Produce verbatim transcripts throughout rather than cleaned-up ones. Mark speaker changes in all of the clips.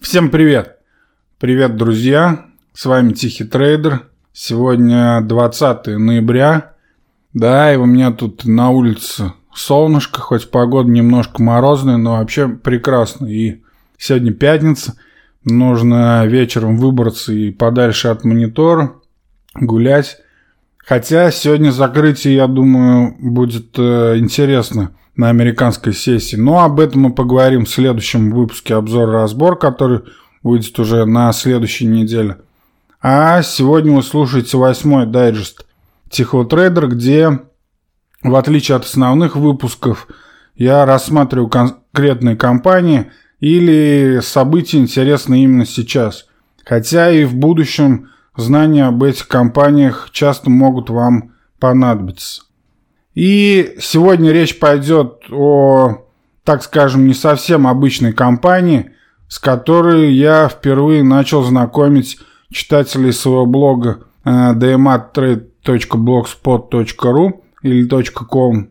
Speaker 1: Всем привет! Привет, друзья! С вами Тихий Трейдер. Сегодня двадцатое ноября. Да, и у меня тут на улице солнышко, хоть погода немножко морозная, но вообще прекрасно. И сегодня пятница. Нужно вечером выбраться и подальше от монитора, гулять. Хотя сегодня закрытие, я думаю, будет э, интересно на американской сессии. Но об этом мы поговорим в следующем выпуске обзор-разбор, который выйдет уже на следующей неделе. А сегодня вы слушаете восьмой дайджест Тихого Трейдера, где, в отличие от основных выпусков, я рассматриваю конкретные компании или события, интересные именно сейчас. Хотя и в будущем знания об этих компаниях часто могут вам понадобиться. И сегодня речь пойдет о, так скажем, не совсем обычной компании, с которой я впервые начал знакомить читателей своего блога ди эм эй трейд точка блогспот точка ру или .com.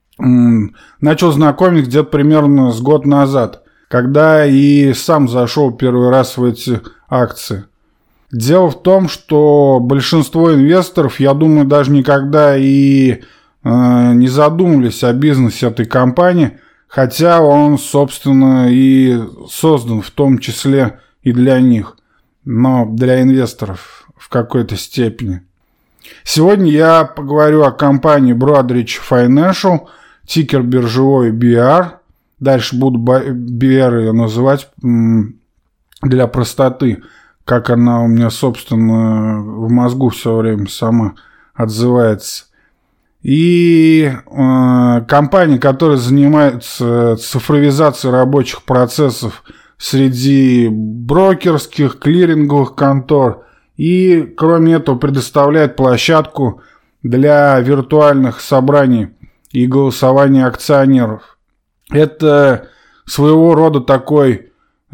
Speaker 1: Начал знакомить где-то примерно с год назад, когда и сам зашел первый раз в эти акции. Дело в том, что большинство инвесторов, я думаю, даже никогда и э, не задумывались о бизнесе этой компании, хотя он, собственно, и создан в том числе и для них, но для инвесторов в какой-то степени. Сегодня я поговорю о компании Broadridge Financial, тикер биржевой би ар. Дальше буду би ар ее называть для простоты, как она у меня, собственно, в мозгу все время сама отзывается. И э, компания, которая занимается цифровизацией рабочих процессов среди брокерских, клиринговых контор. И, кроме этого, предоставляет площадку для виртуальных собраний и голосования акционеров. Это своего рода такой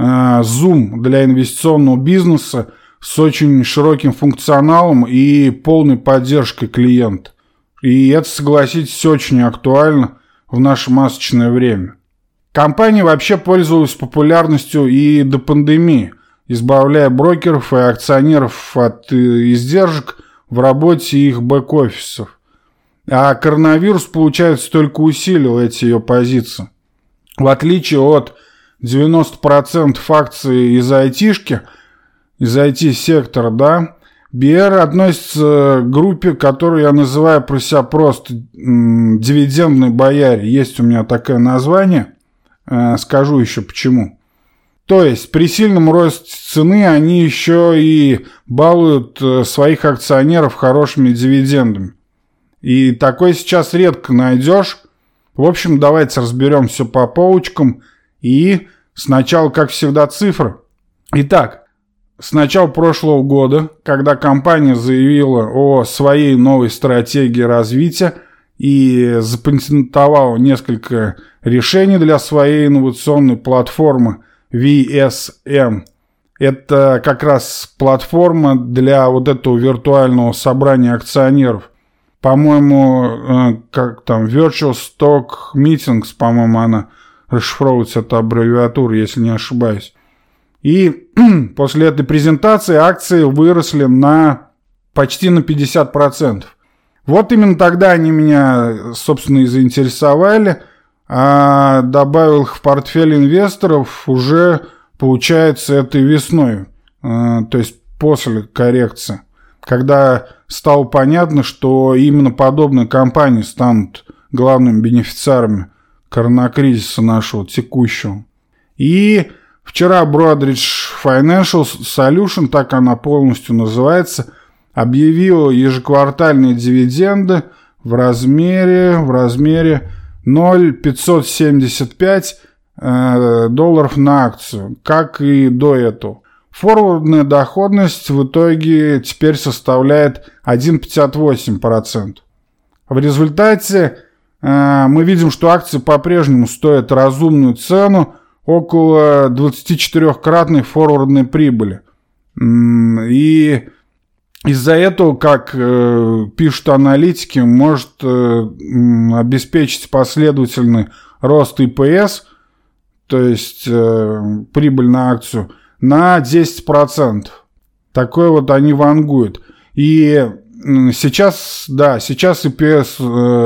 Speaker 1: Zoom для инвестиционного бизнеса с очень широким функционалом и полной поддержкой клиента. И это, согласитесь, очень актуально в наше масочное время. Компания вообще пользовалась популярностью и до пандемии, избавляя брокеров и акционеров от издержек в работе их бэк-офисов. А коронавирус, получается, только усилил эти ее позиции. В отличие от девяносто процентов акций из айтишки, из ай ти-сектора, да, би ар относится к группе, которую я называю про себя просто м, дивидендные бояре. Есть у меня такое название, э, скажу еще почему. То есть при сильном росте цены они еще и балуют э, своих акционеров хорошими дивидендами. И такое сейчас редко найдешь. В общем, давайте разберем все по полочкам. И сначала, как всегда, цифры. Итак, с начала прошлого года, когда компания заявила о своей новой стратегии развития и запатентовала несколько решений для своей инновационной платформы ви эс эм, это как раз платформа для вот этого виртуального собрания акционеров. По-моему, как там, Virtual Stock Meetings, по-моему, она расшифровывается, эта аббревиатура, если не ошибаюсь. И после этой презентации акции выросли на почти на пятьдесят процентов. Вот именно тогда они меня, собственно, и заинтересовали, а добавил их в портфель инвесторов уже, получается, этой весной, то есть после коррекции, когда стало понятно, что именно подобные компании станут главными бенефициарами коронакризиса нашего текущего. И вчера Broadridge Financial Solution, так она полностью называется, объявила ежеквартальные дивиденды в размере, в размере ноль целых пятьсот семьдесят пять э, долларов на акцию, как и до этого. Форвардная доходность в итоге теперь составляет один целых пятьдесят восемь сотых процента. В результате э, мы видим, что акции по-прежнему стоят разумную цену, около двадцатичетырёхкратной форвардной прибыли. И из-за этого, как э, пишут аналитики, может э, обеспечить последовательный рост и пэ эс, то есть э, прибыль на акцию, на десять процентов. Такое вот они вангуют. И сейчас, да, сейчас и пи эс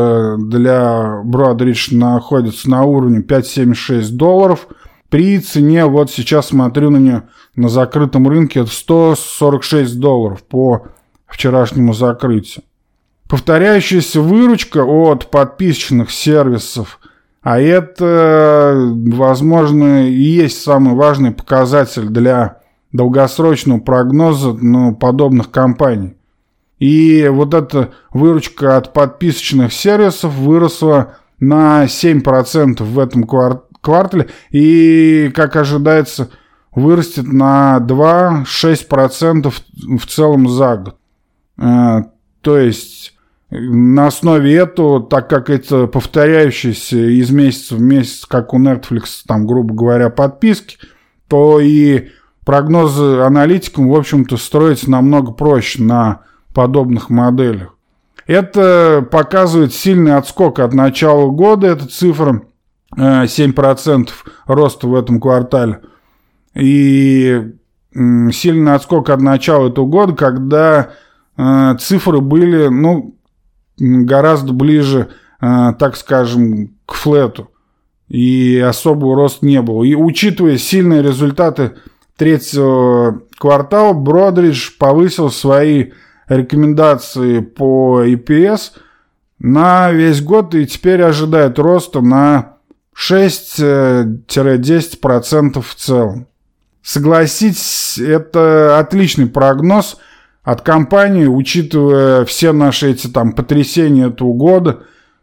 Speaker 1: для Broadridge находится на уровне пять семьдесят шесть долларов. При цене, вот сейчас смотрю на нее на закрытом рынке, это сто сорок шесть долларов по вчерашнему закрытию. Повторяющаяся выручка от подписочных сервисов, а это, возможно, и есть самый важный показатель для долгосрочного прогноза, ну, подобных компаний. И вот эта выручка от подписочных сервисов выросла на семь процентов в этом квартале и, как ожидается, вырастет на два целых шесть десятых процента в целом за год. То есть на основе этого, так как это повторяющиеся из месяца в месяц, как у Netflix, там, грубо говоря, подписки, то и прогнозы аналитикам, в общем-то, строятся намного проще на подобных моделях. Это показывает сильный отскок от начала года, эта цифра семь процентов роста в этом квартале. И сильный отскок от начала этого года, когда э, цифры были, ну, гораздо ближе, э, так скажем, к флету. И особого роста не было. И учитывая сильные результаты третьего квартала, Broadridge повысил свои рекомендации по и пи эс на весь год и теперь ожидает роста на шесть-десять процентов в целом. Согласитесь, это отличный прогноз от компании, учитывая все наши эти там потрясения этого года.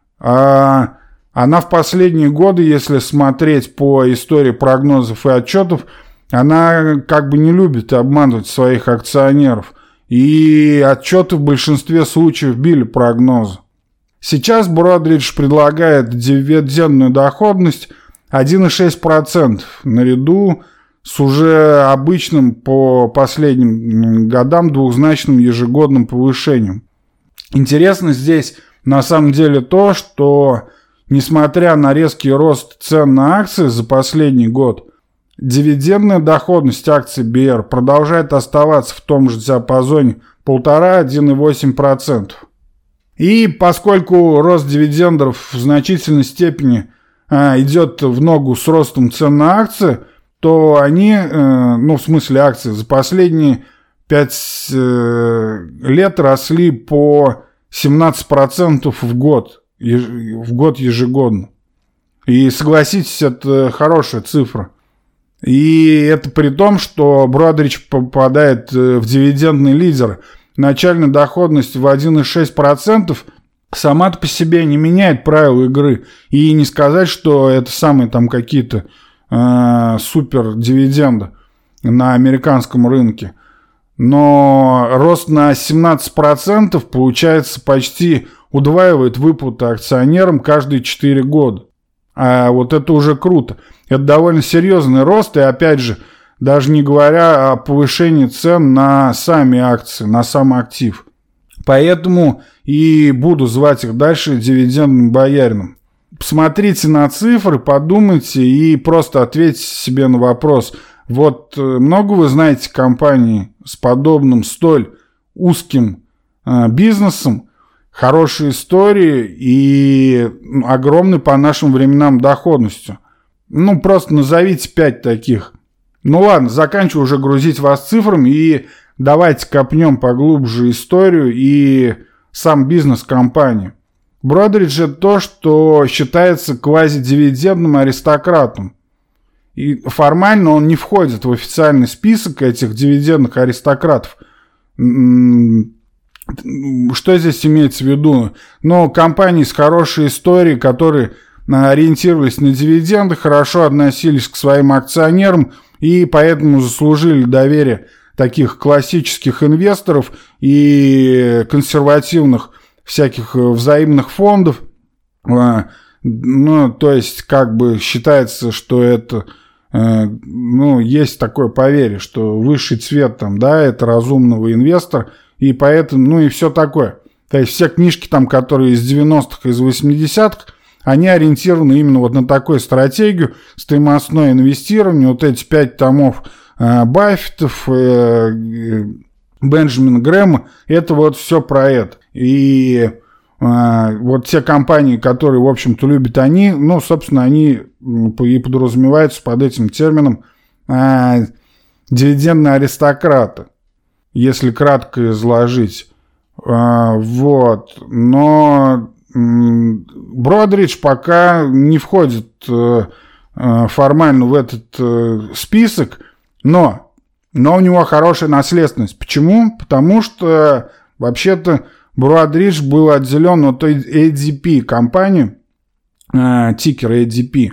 Speaker 1: А она в последние годы, если смотреть по истории прогнозов и отчетов, она как бы не любит обманывать своих акционеров. И отчеты в большинстве случаев били прогнозы. Сейчас Broadridge предлагает дивидендную доходность один целых шесть десятых процента наряду с уже обычным по последним годам двухзначным ежегодным повышением. Интересно здесь на самом деле то, что несмотря на резкий рост цен на акции за последний год, дивидендная доходность акций би ар продолжает оставаться в том же диапазоне полтора - один целых восемь десятых процента. И поскольку рост дивидендов в значительной степени а, идет в ногу с ростом цен на акции, то они, э, ну в смысле акции, за последние пять э, лет росли по семнадцать процентов в год, еж, в год ежегодно. И согласитесь, это хорошая цифра. И это при том, что Broadridge попадает в дивидендный лидер. Начальная доходность в один целых шесть десятых процента сама-то по себе не меняет правила игры. И не сказать, что это самые там какие-то э, супер дивиденды на американском рынке. Но рост на семнадцать процентов, получается, почти удваивает выплаты акционерам каждые четыре года. А вот это уже круто. Это довольно серьезный рост, и опять же, даже не говоря о повышении цен на сами акции, на сам актив. Поэтому и буду звать их дальше дивидендным боярином. Посмотрите на цифры, подумайте и просто ответьте себе на вопрос. Вот много вы знаете компаний с подобным столь узким э, бизнесом, хорошей историей и огромной по нашим временам доходностью? Ну, просто назовите пять таких. Ну ладно, заканчиваю уже грузить вас цифрами и давайте копнем поглубже историю и сам бизнес компании. Broadridge – это то, что считается квазидивидендным аристократом. И формально он не входит в официальный список этих дивидендных аристократов. Что здесь имеется в виду? Ну, компании с хорошей историей, которые ориентировались на дивиденды, хорошо относились к своим акционерам и поэтому заслужили доверие таких классических инвесторов и консервативных всяких взаимных фондов. Ну, то есть, как бы считается, что это, ну, есть такое поверье, что высший цвет там, да, это разумного инвестора, и поэтому, ну, и все такое. То есть, все книжки там, которые из девяностых, из восьмидесятых, они ориентированы именно вот на такую стратегию, стоимостное инвестирование, вот эти пять томов э, Баффетов, э, Бенджамин Грэма, это вот все про это. И э, вот те компании, которые, в общем-то, любят они, ну, собственно, они и подразумеваются под этим термином э, дивидендные аристократы, если кратко изложить. Э, вот. Но э, Broadridge пока не входит э, формально в этот э, список, но Но у него хорошая наследственность. Почему? Потому что, вообще-то, Broadridge был отделен от эй ди пи компании, э, тикер эй ди пи.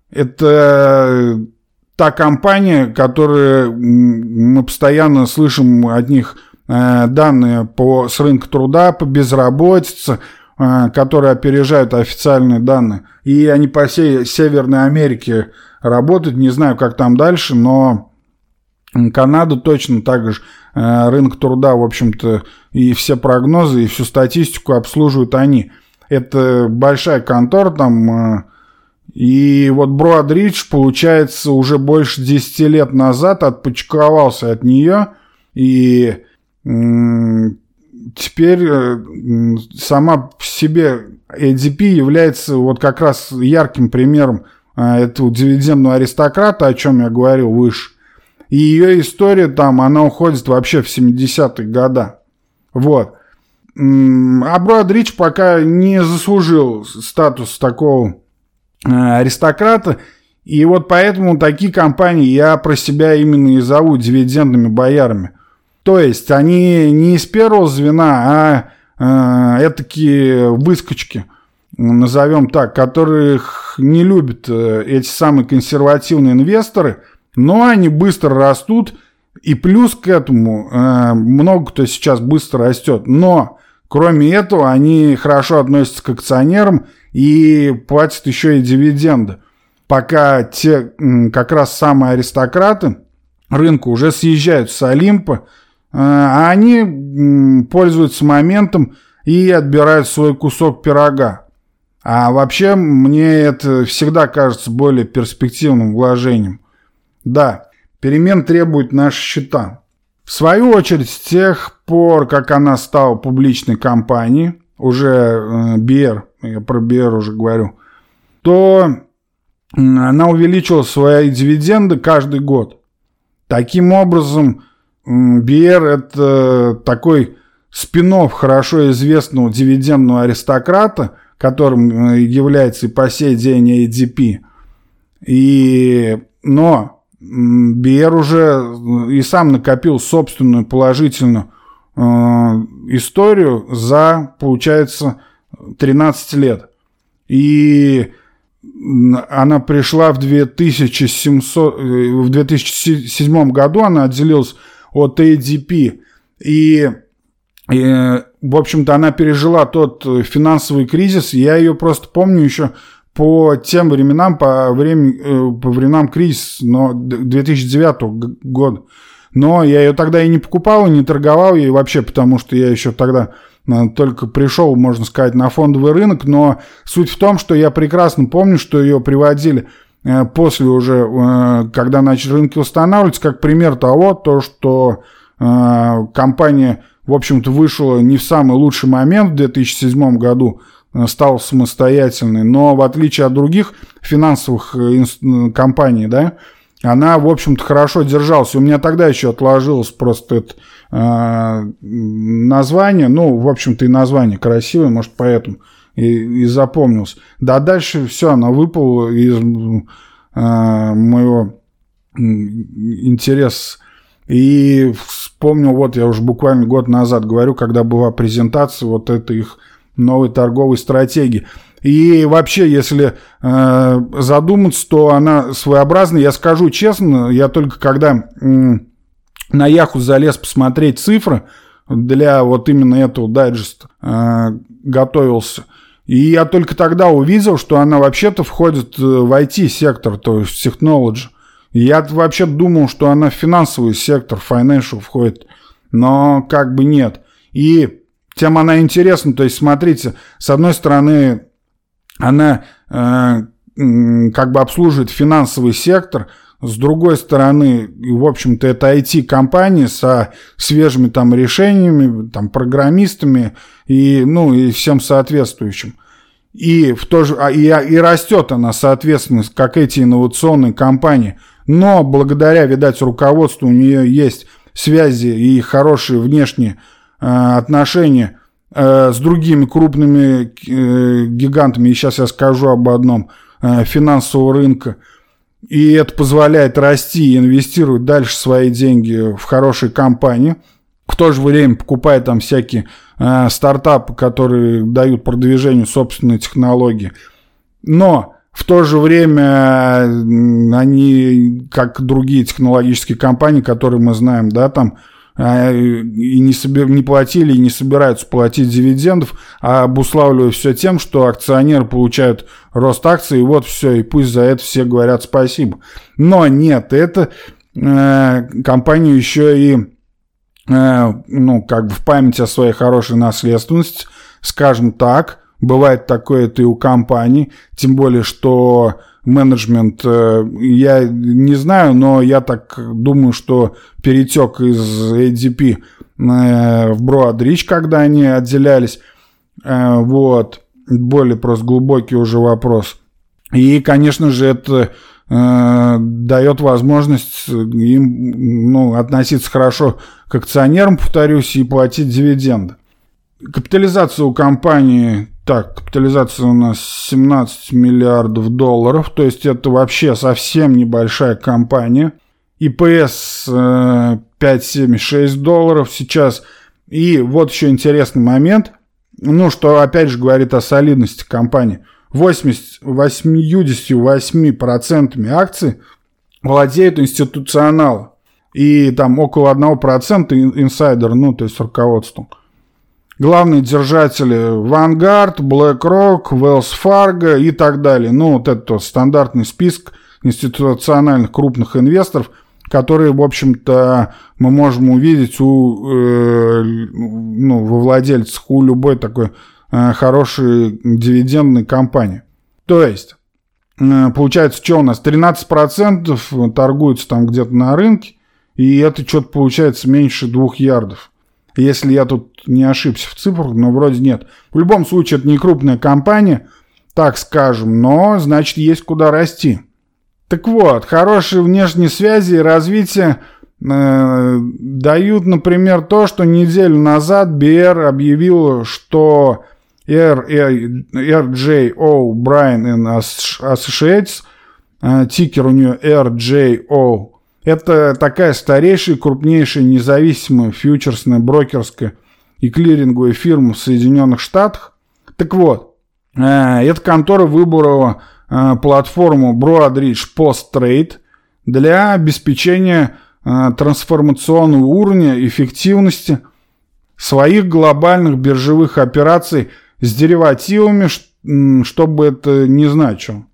Speaker 1: Это та компания, которая, мы постоянно слышим от них э, данные по, с рынка труда, по безработице, э, которые опережают официальные данные. И они по всей Северной Америке работают. Не знаю, как там дальше, но Канада точно так же, э, рынок труда, в общем-то, и все прогнозы, и всю статистику обслуживают они. Это большая контора там, э, и вот Broadridge, получается, уже больше десяти лет назад отпочковался от нее, и э, теперь э, сама по себе эй ди пи является вот как раз ярким примером э, этого дивидендного аристократа, о чем я говорил выше. И ее история там, она уходит вообще в семидесятые годы. Вот. А Broadridge пока не заслужил статус такого аристократа. И вот поэтому такие компании я про себя именно и зову дивидендными боярами. То есть они не из первого звена, а э, этакие выскочки, назовем так, которых не любят эти самые консервативные инвесторы. Но они быстро растут, и плюс к этому э, много кто сейчас быстро растет. Но, кроме этого, они хорошо относятся к акционерам и платят еще и дивиденды. Пока те, как раз самые аристократы рынка уже съезжают с Олимпа, э, а они э, пользуются моментом и отбирают свой кусок пирога. А вообще, мне это всегда кажется более перспективным вложением. Да, перемен требуют наши счета. В свою очередь, с тех пор, как она стала публичной компанией, уже э, би ар, я про би ар уже говорю, то э, она увеличила свои дивиденды каждый год. Таким образом, э, би ар – это такой спин-офф хорошо известного дивидендного аристократа, которым является и по сей день эй ди пи. И, но би ар уже и сам накопил собственную положительную э, историю за, получается, тринадцать лет. И она пришла в две тысячи семьсот, в две тысячи седьмом году, она отделилась от эй ди пи. И, и в общем-то, она пережила тот финансовый кризис. Я ее просто помню еще по тем временам, по, времени, по временам кризиса, но две тысячи девятого года. Но я ее тогда и не покупал, и не торговал ей вообще, потому что я еще тогда только пришел, можно сказать, на фондовый рынок. Но суть в том, что я прекрасно помню, что ее приводили после уже, когда начали рынки восстанавливаться, как пример того, то, что компания, в общем-то, вышла не в самый лучший момент в две тысячи седьмом году, стал самостоятельной, но в отличие от других финансовых компаний, да, она, в общем-то, хорошо держалась. У меня тогда еще отложилось просто это э, название, ну, в общем-то, и название красивое, может, поэтому и, и запомнилось. Да, дальше все, она выпала из э, моего интереса. И вспомнил, вот я уже буквально год назад говорю, когда была презентация вот этой их новой торговой стратегии. И вообще, если э, задуматься, то она своеобразная. Я скажу честно, я только когда э, на Яху залез посмотреть цифры для вот именно этого дайджеста, э, готовился. И я только тогда увидел, что она вообще-то входит в ай ти-сектор, то есть в technology. И я вообще думал, что она в финансовый сектор, financial входит, но как бы нет. И тем она интересна, то есть смотрите, с одной стороны, она э, как бы обслуживает финансовый сектор, С другой стороны, в общем-то, это ай ти-компания со свежими там решениями, там, программистами и, ну, и всем соответствующим. И, в то же, и, и растет она, соответственно, как эти инновационные компании. Но благодаря, видать, руководству у нее есть связи и хорошие внешние э, отношения э, с другими крупными э, гигантами. И сейчас я скажу об одном э, финансового рынка. И это позволяет расти и инвестировать дальше свои деньги в хорошие компании. В то же время покупая там всякие э, стартапы, которые дают продвижению собственной технологии. Но в то же время они, как другие технологические компании, которые мы знаем, да, там э, и не, собер... не платили и не собираются платить дивидендов, а обуславливают все тем, что акционеры получают рост акций, и вот все, и пусть за это все говорят спасибо. Но нет, это э, компания еще и э, ну, как бы в память о своей хорошей наследственности, скажем так, бывает такое это и у компаний, тем более, что менеджмент, э, я не знаю, но я так думаю, что перетек из эй ди пи э, в Broadridge, когда они отделялись, э, вот, более просто глубокий уже вопрос. И, конечно же, это э, дает возможность им, ну, относиться хорошо к акционерам, повторюсь, и платить дивиденды. Капитализация у компании, так, капитализация у нас семнадцать миллиардов долларов, то есть это вообще совсем небольшая компания. и пи эс э, пять целых семьдесят шесть сотых долларов сейчас. И вот еще интересный момент, ну, что опять же говорит о солидности компании. восемьдесят восемь процентов акций владеют институционалы. И там около один процент инсайдер, ну, то есть руководство. Главные держатели Vanguard, BlackRock, Wells Fargo и так далее. Ну, вот это вот стандартный список институциональных крупных инвесторов, которые, в общем-то, мы можем увидеть у, э, ну, во владельцах у любой такой э, хорошей дивидендной компании. То есть, э, получается, что у нас? тринадцать процентов торгуется там где-то на рынке, и это что-то получается меньше двух ярдов. Если я тут не ошибся в цифрах, но вроде нет. В любом случае, это не крупная компания, так скажем, но, значит, есть куда расти. Так вот, хорошие внешние связи и развитие э, дают, например, то, что неделю назад би ар объявил, что эр джей о Bryan энд Associates, э, тикер у нее эр джей о, это такая старейшая, крупнейшая независимая фьючерсная, брокерская и клиринговая фирма в Соединенных Штатах. Так вот, э, эта контора выбрала э, платформу Broadridge Post Trade для обеспечения э, трансформационного уровня эффективности своих глобальных биржевых операций с деривативами, что бы это ни значило.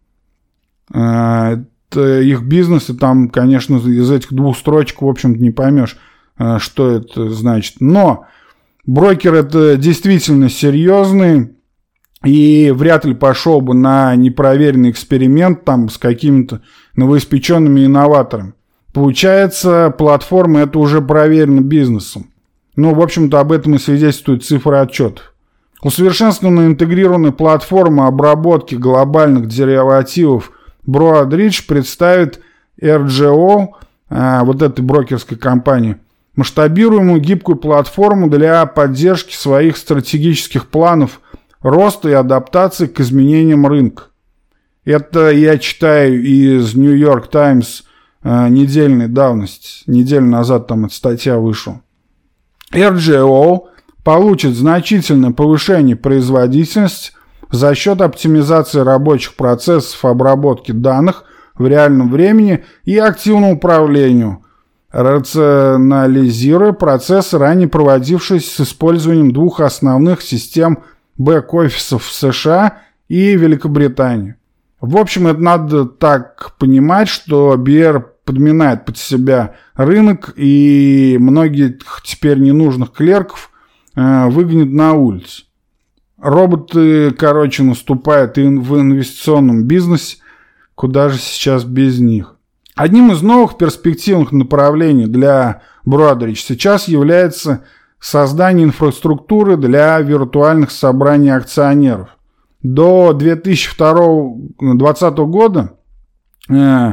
Speaker 1: Э, их бизнес, и там, конечно, из этих двух строчек, в общем-то, не поймешь, что это значит. Но брокер это действительно серьезный, и вряд ли пошел бы на непроверенный эксперимент там с какими-то новоиспеченными инноваторами. Получается, платформа это уже проверена бизнесом. Ну, в общем-то, об этом и свидетельствуют цифры отчетов. Усовершенствованная интегрированная платформа обработки глобальных деривативов Broadridge представит эр джей о, а, вот этой брокерской компании, масштабируемую гибкую платформу для поддержки своих стратегических планов роста и адаптации к изменениям рынка. Это я читаю из New York Times а, недельной давности. Неделю назад там эта статья вышла. эр джей о получит значительное повышение производительности за счет оптимизации рабочих процессов обработки данных в реальном времени и активного управления, рационализируя процессы, ранее проводившиеся с использованием двух основных систем бэк-офисов в США и Великобритании. В общем, это надо так понимать, что би ар подминает под себя рынок, и многих теперь ненужных клерков э, выгонят на улицу. Роботы, короче, наступают и в инвестиционном бизнесе, куда же сейчас без них. Одним из новых перспективных направлений для Broadridge сейчас является создание инфраструктуры для виртуальных собраний акционеров. До две тысячи двадцатого года, э,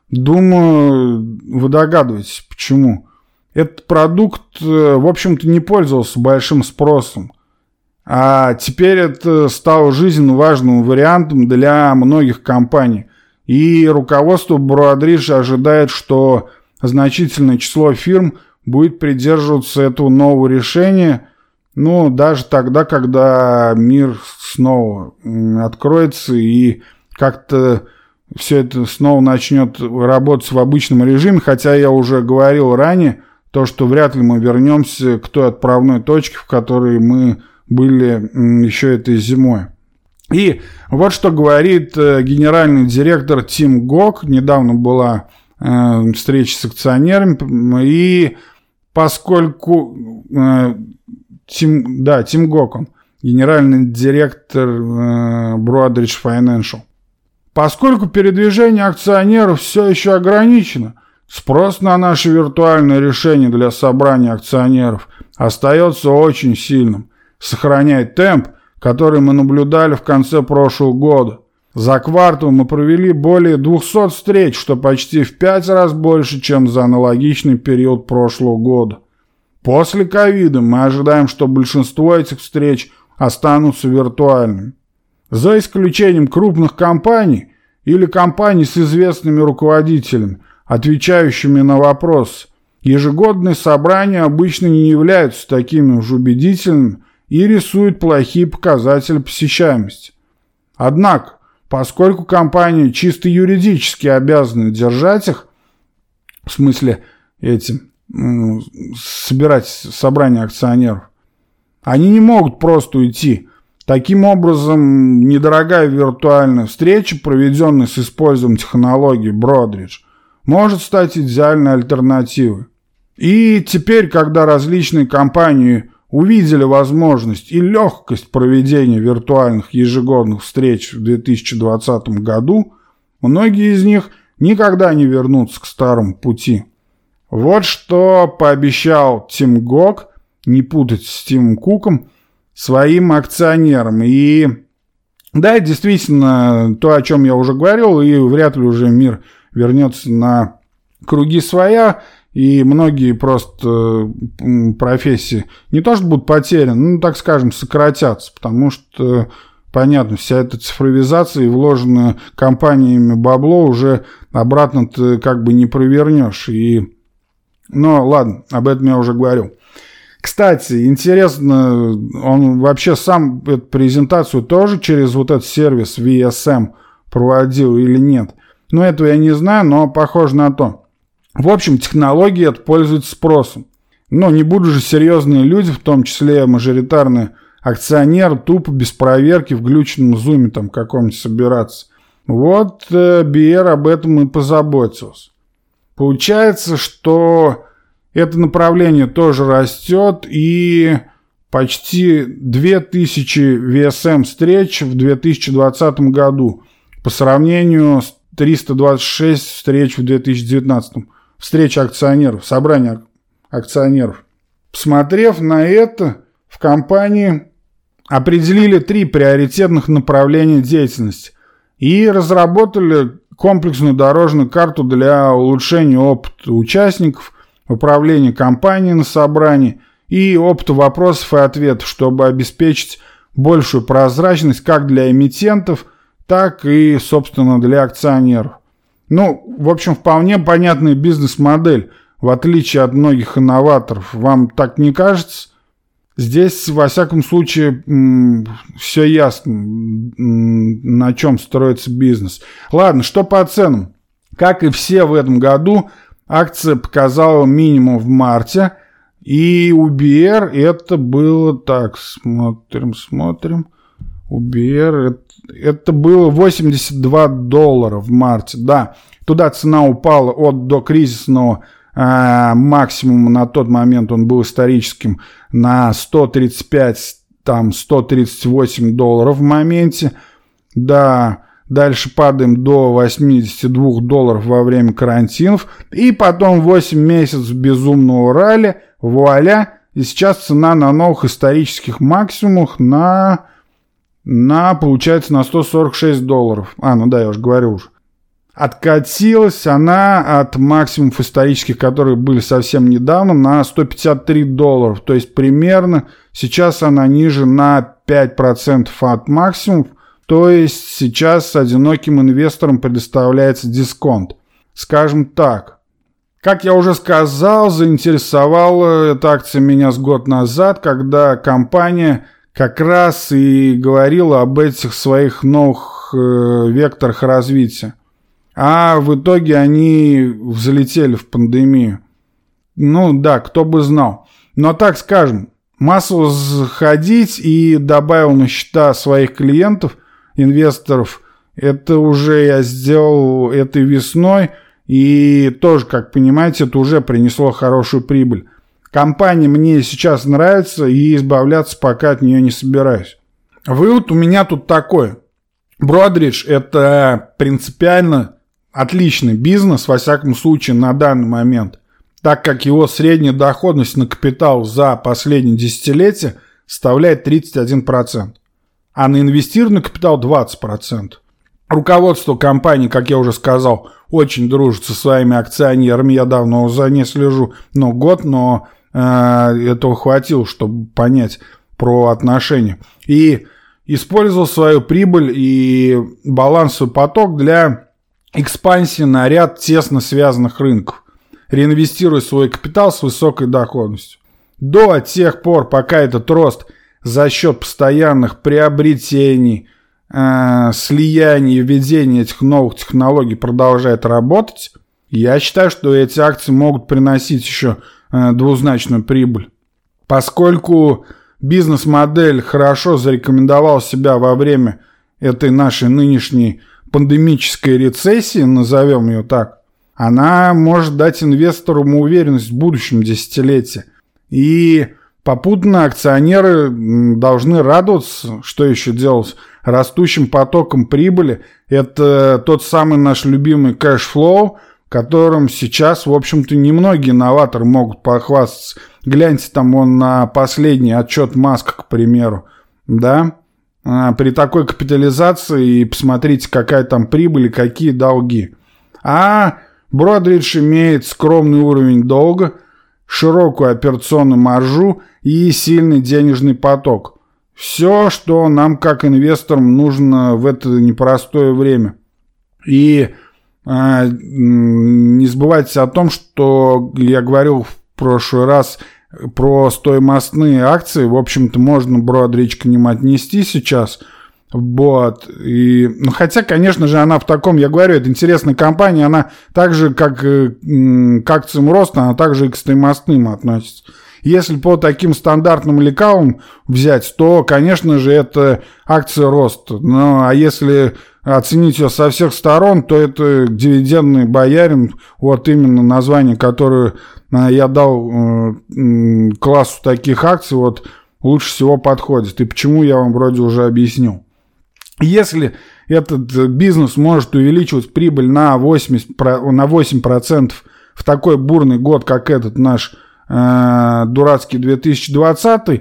Speaker 1: думаю, вы догадываетесь, почему. Этот продукт, э, в общем-то, не пользовался большим спросом. А теперь это стало жизненно важным вариантом для многих компаний. И руководство Broadridge ожидает, что значительное число фирм будет придерживаться этого нового решения, ну, даже тогда, когда мир снова откроется и как-то все это снова начнет работать в обычном режиме, хотя я уже говорил ранее, то, что вряд ли мы вернемся к той отправной точке, в которой мы были еще этой зимой. И вот что говорит генеральный директор Тим Гок. Недавно была э, встреча с акционерами, и поскольку э, Тим, да, Тим Гок, он генеральный директор э, Broadridge Financial. Поскольку передвижение акционеров все еще ограничено, спрос на наши виртуальные решения для собрания акционеров остается очень сильным, сохраняя темп, который мы наблюдали в конце прошлого года. За квартал мы провели более двухсот встреч, что почти в пять раз больше, чем за аналогичный период прошлого года. После ковида мы ожидаем, что большинство этих встреч останутся виртуальными. За исключением крупных компаний или компаний с известными руководителями, отвечающими на вопрос, ежегодные собрания обычно не являются такими уж убедительными и рисуют плохие показатели посещаемости. Однако, поскольку компании чисто юридически обязаны держать их, в смысле этим, собирать собрание акционеров, они не могут просто уйти. Таким образом, недорогая виртуальная встреча, проведенная с использованием технологии Broadridge, может стать идеальной альтернативой. И теперь, когда различные компании увидели возможность и легкость проведения виртуальных ежегодных встреч в две тысячи двадцатом году, многие из них никогда не вернутся к старому пути. Вот что пообещал Тим Гок, не путать с Тимом Куком, своим акционерам. И да, действительно, то, о чем я уже говорил, и вряд ли уже мир вернется на круги своя, и многие просто профессии не то что будут потеряны, ну, так скажем, сократятся, потому что, понятно, вся эта цифровизация и вложенное компаниями бабло уже обратно ты как бы не провернешь. И... Но ладно, об этом я уже говорил. Кстати, интересно, он вообще сам эту презентацию тоже через вот этот сервис ви эс эм проводил или нет? Ну, этого я не знаю, но похоже на то. В общем, технология эта пользуется спросом. Но не будут же серьезные люди, в том числе мажоритарные акционеры, тупо без проверки в глюченном зуме там каком-нибудь собираться. Вот э, би ар об этом и позаботился. Получается, что это направление тоже растет, и почти две тысячи ви эс эм встреч в две тысячи двадцатом году по сравнению с триста двадцать шесть встреч в две тысячи девятнадцатом. Встреча акционеров, собрание акционеров. Посмотрев на это, в компании определили три приоритетных направления деятельности и разработали комплексную дорожную карту для улучшения опыта участников, управления компанией на собрании и опыта вопросов и ответов, чтобы обеспечить большую прозрачность как для эмитентов, так и, собственно, для акционеров. Ну, в общем, вполне понятная бизнес-модель, в отличие от многих инноваторов. Вам так не кажется? Здесь, во всяком случае, все ясно, на чем строится бизнес. Ладно, что по ценам? Как и все в этом году, акция показала минимум в марте, и у би ар это было так, смотрим, смотрим, у би ар это, это было восемьдесят два доллара в марте, да, туда цена упала от докризисного э, максимума, на тот момент он был историческим, на сто тридцать пять, там, сто тридцать восемь долларов в моменте, да, дальше падаем до восемьдесят два долларов во время карантинов, и потом восемь месяцев безумного ралли, вуаля, и сейчас цена на новых исторических максимумах на, на получается, на сто сорок шесть долларов. А, ну да, я уже говорил уже. Откатилась она от максимумов исторических, которые были совсем недавно, на сто пятьдесят три доллара. То есть примерно сейчас она ниже на пять процентов от максимумов. То есть сейчас одиноким инвесторам предоставляется дисконт. Скажем так. Как я уже сказал, заинтересовала эта акция меня с год назад, когда компания как раз и говорила об этих своих новых э, векторах развития. А в итоге они взлетели в пандемию. Ну да, кто бы знал. Но так скажем, массово заходить и добавил на счета своих клиентов, инвесторов, это уже я сделал этой весной. И тоже, как понимаете, это уже принесло хорошую прибыль. Компания мне сейчас нравится, и избавляться пока от нее не собираюсь. Вывод у меня тут такой. Broadridge – это принципиально отличный бизнес, во всяком случае, на данный момент, так как его средняя доходность на капитал за последние десятилетия составляет тридцать один процент, а на инвестированный капитал двадцать процентов. Руководство компании, как я уже сказал, очень дружит со своими акционерами. Я давно за ней слежу, но год, но э, этого хватило, чтобы понять про отношения. И использовал свою прибыль и балансовый поток для экспансии на ряд тесно связанных рынков, реинвестируя свой капитал с высокой доходностью. До тех пор, пока этот рост за счет постоянных приобретений, э, слияний и введения этих новых технологий продолжает работать, я считаю, что эти акции могут приносить еще э, двузначную прибыль. Поскольку бизнес-модель хорошо зарекомендовала себя во время этой нашей нынешней пандемической рецессии, назовем ее так, она может дать инвесторам уверенность в будущем десятилетии. И попутно акционеры должны радоваться, что еще делать, растущим потоком прибыли. Это тот самый наш любимый кэшфлоу, которым сейчас, в общем-то, немногие новаторы могут похвастаться. Гляньте там вон на последний отчет Маска, к примеру, да, при такой капитализации, и посмотрите, какая там прибыль и какие долги. А Broadridge имеет скромный уровень долга, широкую операционную маржу и сильный денежный поток. Все, что нам, как инвесторам, нужно в это непростое время. И э, не забывайте о том, что я говорил в прошлый раз про стоимостные акции. В общем-то, можно Broadridge к ним отнести сейчас. Вот. И, ну, хотя, конечно же, она в таком, я говорю, это интересная компания, она так же, как э, к акциям роста, она также и к стоимостным относится. Если по таким стандартным лекалам взять, то, конечно же, это акция роста. Ну, а если оценить ее со всех сторон, то это дивидендный боярин, вот именно название, которое я дал э, классу таких акций, вот лучше всего подходит. И почему, я вам вроде уже объяснил. Если этот бизнес может увеличивать прибыль на восемьдесят, на восемь процентов в такой бурный год, как этот наш э, дурацкий две тысячи двадцатый,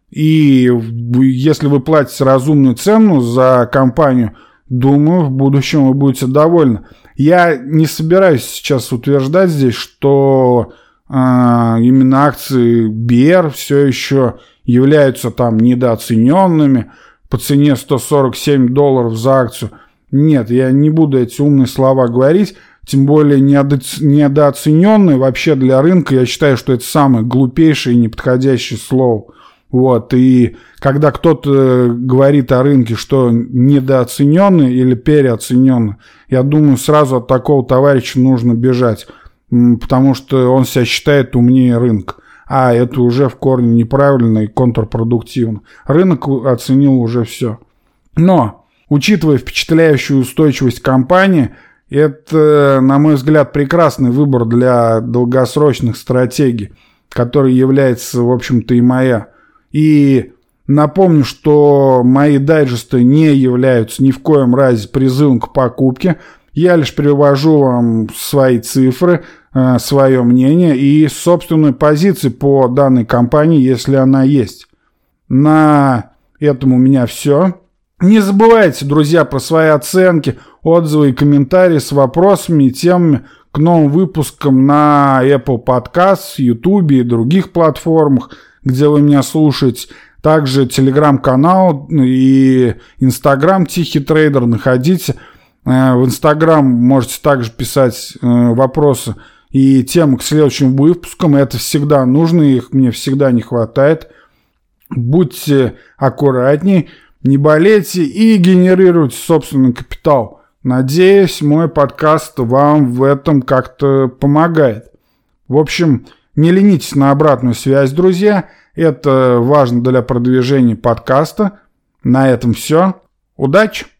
Speaker 1: и если вы платите разумную цену за компанию, думаю, в будущем вы будете довольны. Я не собираюсь сейчас утверждать здесь, что э, именно акции би эр все еще являются там недооцененными по цене сто сорок семь долларов за акцию. Нет, я не буду эти умные слова говорить, тем более недо- недооцененные вообще для рынка, я считаю, что это самое глупейшее и неподходящее слово. Вот, и когда кто-то говорит о рынке, что недооцененный или переоцененный, я думаю, сразу от такого товарища нужно бежать, потому что он себя считает умнее рынка. А это уже в корне неправильно и контрпродуктивно. Рынок оценил уже все. Но, учитывая впечатляющую устойчивость компании, это, на мой взгляд, прекрасный выбор для долгосрочных стратегий, который является, в общем-то, и моя. И Напомню, что мои дайджесты не являются ни в коем разе призывом к покупке. Я лишь привожу вам свои цифры, свое мнение и собственную позицию по данной компании, если она есть. На этом у меня все. Не забывайте, друзья, про свои оценки, отзывы и комментарии с вопросами и темами к новым выпускам на Apple Podcasts, YouTube и других платформах, где вы меня слушаете. Также телеграм-канал и инстаграм Тихий Трейдер находите. В инстаграм можете также писать вопросы и темы к следующим выпускам. Это всегда нужно, их мне всегда не хватает. Будьте аккуратней, не болейте и генерируйте собственный капитал. Надеюсь, мой подкаст вам в этом как-то помогает. В общем, не ленитесь на обратную связь, друзья. Это важно для продвижения подкаста. На этом все. Удачи!